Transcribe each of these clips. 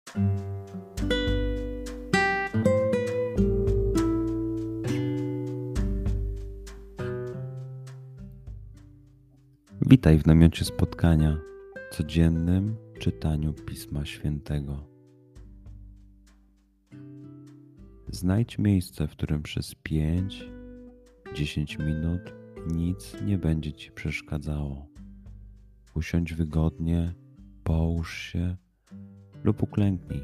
Witaj w namiocie spotkania, codziennym czytaniu Pisma Świętego. Znajdź miejsce, w którym przez 5-10 minut nic nie będzie Ci przeszkadzało. Usiądź wygodnie, połóż się lub uklęknij.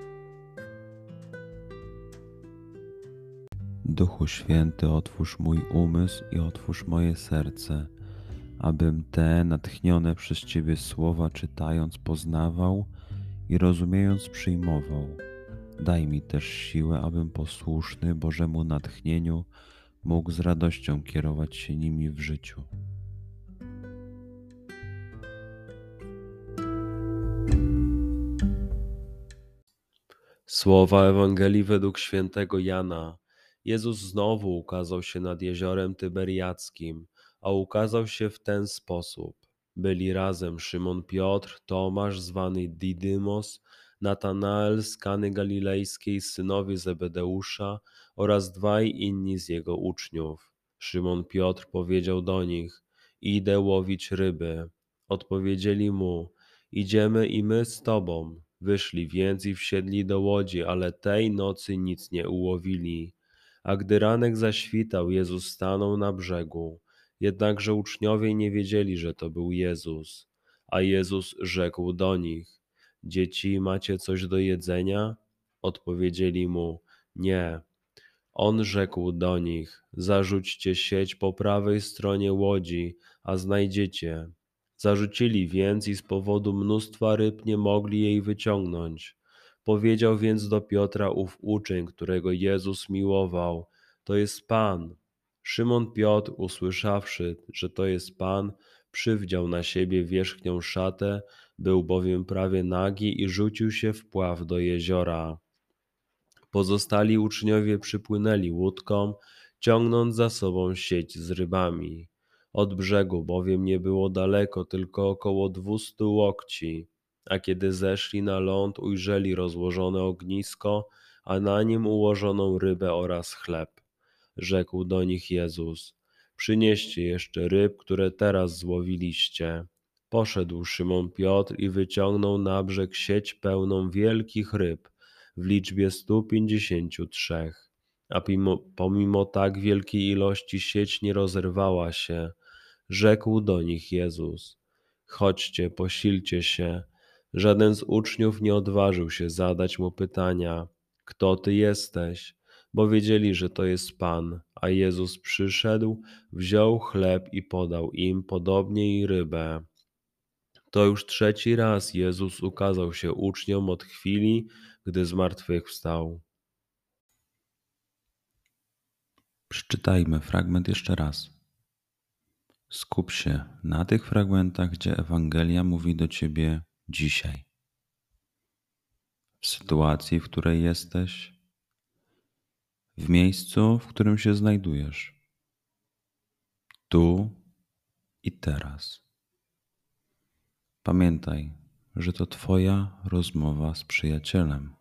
Duchu Święty, otwórz mój umysł i otwórz moje serce, abym te natchnione przez Ciebie słowa czytając poznawał i rozumiejąc przyjmował. Daj mi też siłę, abym posłuszny Bożemu natchnieniu mógł z radością kierować się nimi w życiu. Słowa Ewangelii według świętego Jana. Jezus znowu ukazał się nad jeziorem Tyberiackim, a ukazał się w ten sposób. Byli razem Szymon Piotr, Tomasz zwany Didymos, Natanael z Kany Galilejskiej, synowie Zebedeusza oraz dwaj inni z jego uczniów. Szymon Piotr powiedział do nich: Idę łowić ryby. Odpowiedzieli mu: Idziemy i my z tobą. Wyszli więc i wsiedli do łodzi, ale tej nocy nic nie ułowili. A gdy ranek zaświtał, Jezus stanął na brzegu. Jednakże uczniowie nie wiedzieli, że to był Jezus. A Jezus rzekł do nich: Dzieci, macie coś do jedzenia? Odpowiedzieli mu: Nie. On rzekł do nich: Zarzućcie sieć po prawej stronie łodzi, a znajdziecie. Zarzucili więc i z powodu mnóstwa ryb nie mogli jej wyciągnąć. Powiedział więc do Piotra ów uczeń, którego Jezus miłował: To jest Pan. Szymon Piotr, usłyszawszy, że to jest Pan, przywdział na siebie wierzchnią szatę, był bowiem prawie nagi i rzucił się w pław do jeziora. Pozostali uczniowie przypłynęli łódką, ciągnąc za sobą sieć z rybami. Od brzegu bowiem nie było daleko, tylko około 200 łokci. A kiedy zeszli na ląd, ujrzeli rozłożone ognisko, a na nim ułożoną rybę oraz chleb. Rzekł do nich Jezus: Przynieście jeszcze ryb, które teraz złowiliście. Poszedł Szymon Piotr i wyciągnął na brzeg sieć pełną wielkich ryb, w liczbie 153. A pomimo tak wielkiej ilości sieć nie rozerwała się. Rzekł do nich Jezus: Chodźcie, posilcie się. Żaden z uczniów nie odważył się zadać mu pytania: Kto ty jesteś? Bo wiedzieli, że to jest Pan. A Jezus przyszedł, wziął chleb i podał im, podobnie i rybę. To już trzeci raz Jezus ukazał się uczniom od chwili, gdy zmartwychwstał. Przeczytajmy fragment jeszcze raz. Skup się na tych fragmentach, gdzie Ewangelia mówi do Ciebie dzisiaj. W sytuacji, w której jesteś, w miejscu, w którym się znajdujesz, tu i teraz. Pamiętaj, że to Twoja rozmowa z przyjacielem.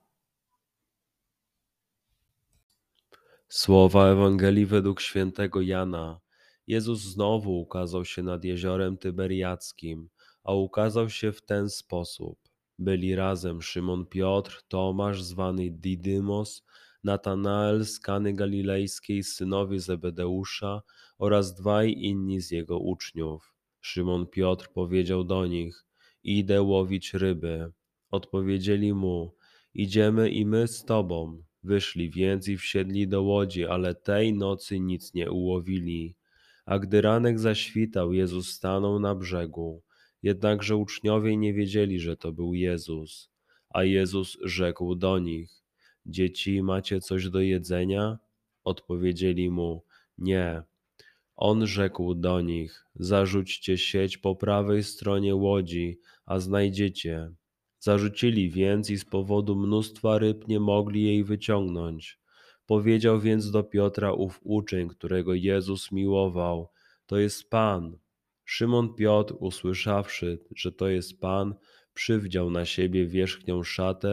Słowa Ewangelii według świętego Jana. Jezus znowu ukazał się nad jeziorem Tyberiackim, a ukazał się w ten sposób. Byli razem Szymon Piotr, Tomasz zwany Didymos, Natanael z Kany Galilejskiej, synowie Zebedeusza oraz dwaj inni z jego uczniów. Szymon Piotr powiedział do nich: Idę łowić ryby. Odpowiedzieli mu: Idziemy i my z tobą. Wyszli więc i wsiedli do łodzi, ale tej nocy nic nie ułowili. A gdy ranek zaświtał, Jezus stanął na brzegu. Jednakże uczniowie nie wiedzieli, że to był Jezus. A Jezus rzekł do nich: Dzieci, macie coś do jedzenia? Odpowiedzieli mu: Nie. On rzekł do nich: Zarzućcie sieć po prawej stronie łodzi, a znajdziecie. Zarzucili więc i z powodu mnóstwa ryb nie mogli jej wyciągnąć. Powiedział więc do Piotra ów uczeń, którego Jezus miłował: To jest Pan. Szymon Piotr, usłyszawszy, że to jest Pan, przywdział na siebie wierzchnią szatę,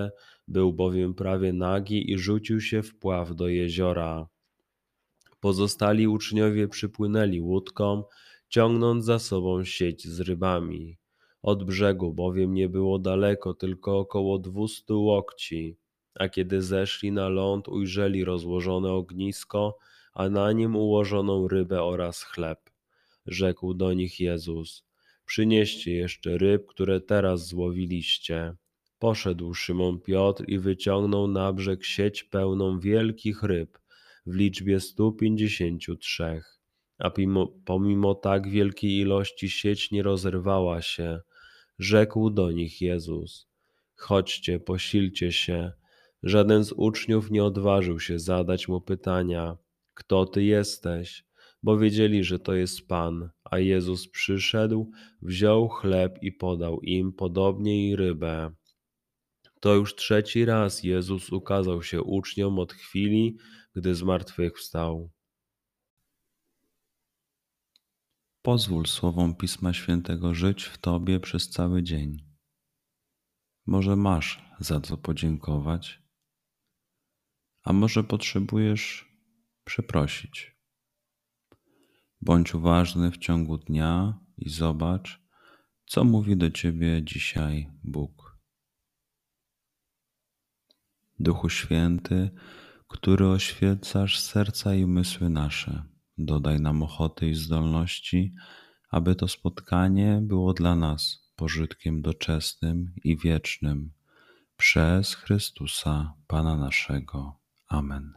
Był bowiem prawie nagi i rzucił się w pław do jeziora. Pozostali uczniowie przypłynęli łódką, ciągnąc za sobą sieć z rybami. Od brzegu bowiem nie było daleko, tylko około 200 łokci. A kiedy zeszli na ląd, ujrzeli rozłożone ognisko, a na nim ułożoną rybę oraz chleb. Rzekł do nich Jezus: Przynieście jeszcze ryb, które teraz złowiliście. Poszedł Szymon Piotr i wyciągnął na brzeg sieć pełną wielkich ryb, w liczbie 153. A pomimo tak wielkiej ilości sieć nie rozerwała się. Rzekł do nich Jezus: Chodźcie, posilcie się. Żaden z uczniów nie odważył się zadać mu pytania: Kto ty jesteś? Bo wiedzieli, że to jest Pan. A Jezus przyszedł, wziął chleb i podał im, podobnie i rybę. To już trzeci raz Jezus ukazał się uczniom od chwili, gdy zmartwychwstał. Pozwól słowom Pisma Świętego żyć w Tobie przez cały dzień. Może masz za co podziękować, a może potrzebujesz przeprosić. Bądź uważny w ciągu dnia i zobacz, co mówi do Ciebie dzisiaj Bóg. Duchu Święty, który oświecasz serca i umysły nasze, dodaj nam ochoty i zdolności, aby to spotkanie było dla nas pożytkiem doczesnym i wiecznym. Przez Chrystusa, Pana naszego. Amen.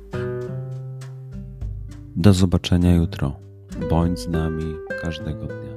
Do zobaczenia jutro. Bądź z nami każdego dnia.